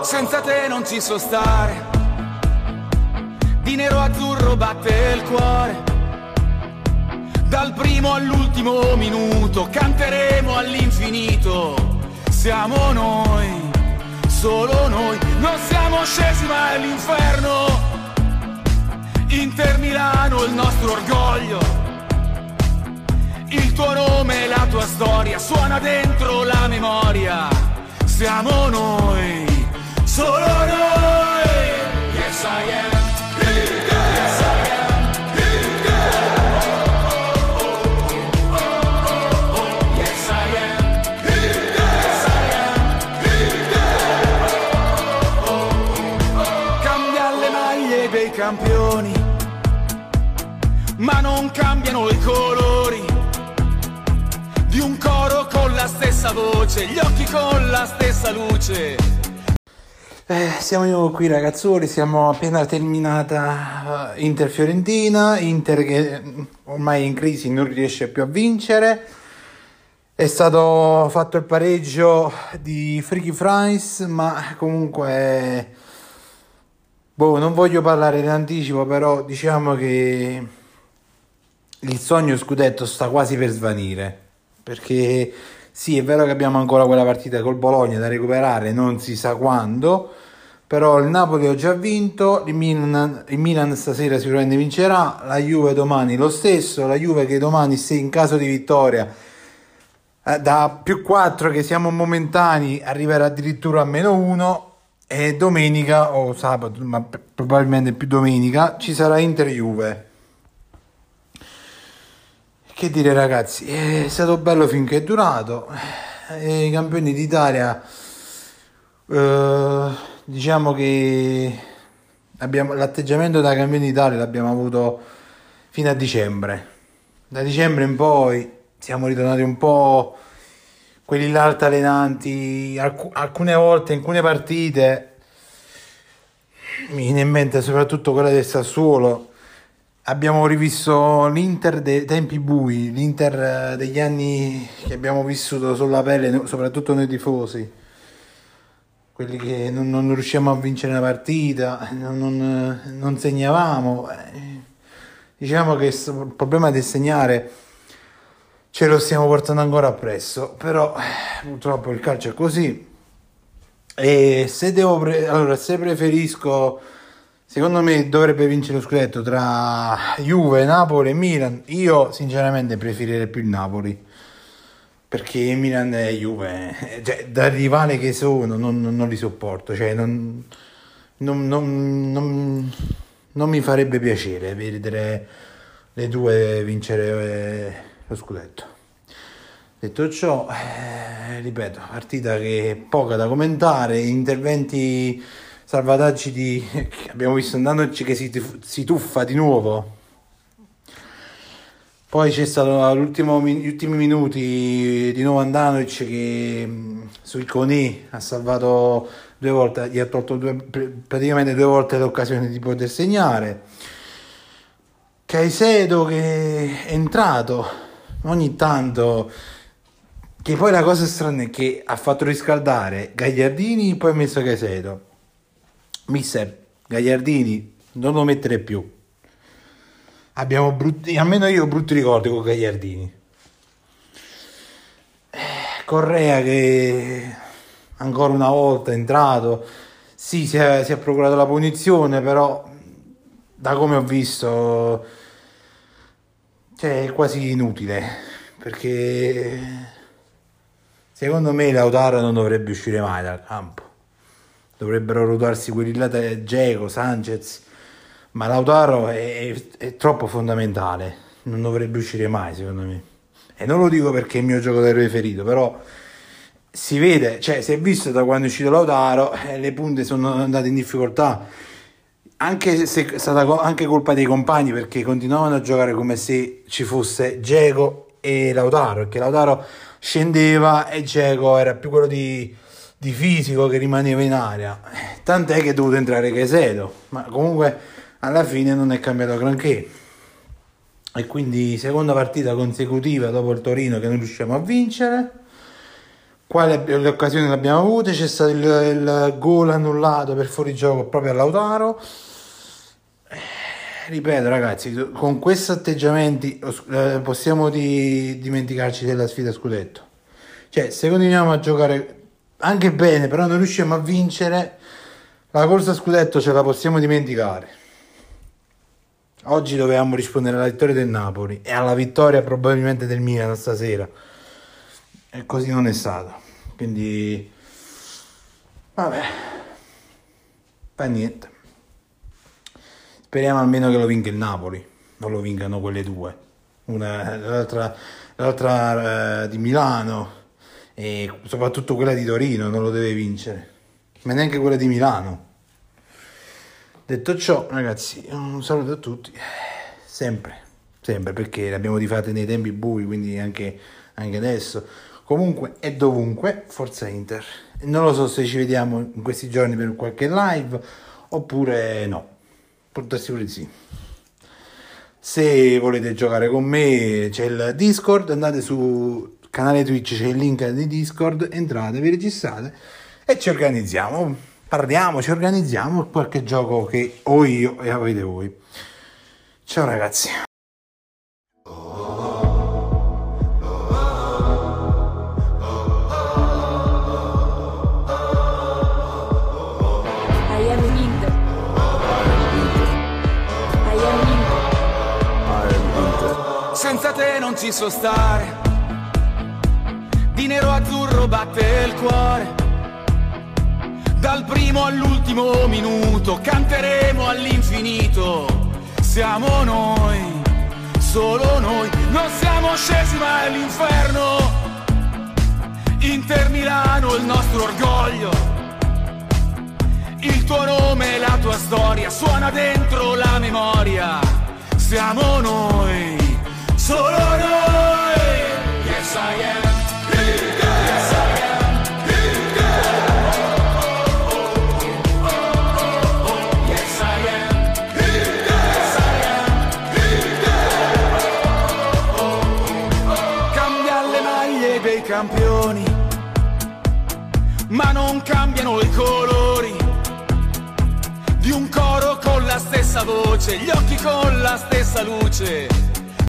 senza te non ci so stare, di nero azzurro batte il cuore, dal primo all'ultimo minuto canteremo all'infinito. Siamo noi, solo noi, non siamo scesi mai all'inferno. Inter Milano il nostro orgoglio, il tuo nome e la tua storia suona dentro la memoria. Siamo noi, solo noi. Yes I am. Yes I am. Yes I am. Yes I am. Cambia le maglie dei campioni, ma non cambiano i colori di un coro con la stessa voce, gli occhi con la stessa luce. Siamo qui ragazzuoli, siamo appena terminata Inter-Fiorentina, Inter che ormai è in crisi, non riesce più a vincere. È stato fatto il pareggio di Freaky Fries, ma comunque non voglio parlare in anticipo, però diciamo che il sogno scudetto sta quasi per svanire, perché sì, è vero che abbiamo ancora quella partita col Bologna da recuperare, non si sa quando, però il Napoli ha già vinto, il Milan stasera sicuramente vincerà, la Juve domani lo stesso, la Juve che domani, se in caso di vittoria da +4 che siamo momentanei, arriverà addirittura a -1, e domenica o sabato, ma probabilmente più domenica, ci sarà Inter-Juve. Che dire ragazzi, è stato bello finché è durato. I campioni d'Italia, diciamo che l'atteggiamento da campioni d'Italia l'abbiamo avuto fino a dicembre. Da dicembre in poi siamo ritornati un po' quelli là altalenanti. Alcune volte, in alcune partite, mi viene in mente soprattutto quella del Sassuolo, abbiamo rivisto l'Inter dei tempi bui, l'Inter degli anni che abbiamo vissuto sulla pelle, soprattutto noi tifosi, quelli che non riusciamo a vincere una partita, non segnavamo. Diciamo che il problema del segnare ce lo stiamo portando ancora appresso, però purtroppo il calcio è così. E se preferisco, secondo me dovrebbe vincere lo scudetto tra Juve, Napoli e Milan. Io sinceramente preferirei più il Napoli, perché Milan e Juve, cioè, da rivale che sono, non li sopporto, cioè non mi farebbe piacere vedere le due vincere lo scudetto. Detto ciò, ripeto, partita che poca da commentare, interventi, salvataggi che abbiamo visto Andanovic che si tuffa di nuovo. Poi c'è stato gli ultimi minuti di nuovo Andanovic che sui Koné ha salvato 2 volte, gli ha tolto praticamente 2 volte l'occasione di poter segnare. Caicedo che è entrato ogni tanto, che poi la cosa strana è che ha fatto riscaldare Gagliardini, poi ha messo Caicedo. Mister Gagliardini non lo mettere più. Almeno io ho brutti ricordi con Gagliardini. Correa che ancora una volta è entrato, sì, si è procurato la punizione, però da come ho visto, cioè, è quasi inutile, perché secondo me Lautaro non dovrebbe uscire mai dal campo. Dovrebbero ruotarsi quelli là, Dzeko, Sanchez, ma Lautaro è troppo fondamentale, non dovrebbe uscire mai secondo me. E non lo dico perché è il mio giocatore preferito, però si vede, cioè si è visto da quando è uscito Lautaro, le punte sono andate in difficoltà, anche se è stata anche colpa dei compagni, perché continuavano a giocare come se ci fosse Dzeko e Lautaro, perché Lautaro scendeva e Dzeko era più quello di fisico che rimaneva in area, tant'è che è dovuto entrare Caicedo, ma comunque alla fine non è cambiato granché. E quindi seconda partita consecutiva dopo il Torino che non riusciamo a vincere. le occasioni le abbiamo avute, c'è stato il gol annullato per fuorigioco proprio a Lautaro. Ripeto ragazzi, con questi atteggiamenti possiamo dimenticarci della sfida scudetto. Cioè, se continuiamo a giocare anche bene, però non riusciamo a vincere, la corsa scudetto ce la possiamo dimenticare. Oggi dovevamo rispondere alla vittoria del Napoli e alla vittoria probabilmente del Milan stasera, e così non è stato. Quindi vabbè, fa niente. Speriamo almeno che lo vinca il Napoli, non lo vincano quelle due, l'altra di Milano, e soprattutto quella di Torino non lo deve vincere, ma neanche quella di Milano. Detto ciò, ragazzi, un saluto a tutti, sempre, perché le abbiamo tifate nei tempi bui, quindi anche adesso. Comunque e dovunque, forza Inter. Non lo so se ci vediamo in questi giorni per qualche live oppure no. Portarsi pure sì. Se volete giocare con me c'è il Discord, andate su canale Twitch, c'è il link di Discord, entrate, vi registrate e ci organizziamo. Parliamo, ci organizziamo qualche gioco che ho io e avete voi. Ciao ragazzi. Senza te non ci so stare, di nero azzurro batte il cuore, dal primo all'ultimo minuto canteremo all'infinito. Siamo noi, solo noi, non siamo scesi mai all'inferno. Inter Milano il nostro orgoglio, il tuo nome e la tua storia suona dentro la memoria. Siamo noi, solo noi. Yes I am. Yes I am. Yes I am. Cambia le maglie dei campioni, ma non cambiano i colori di un coro con la stessa voce, gli occhi con la stessa luce.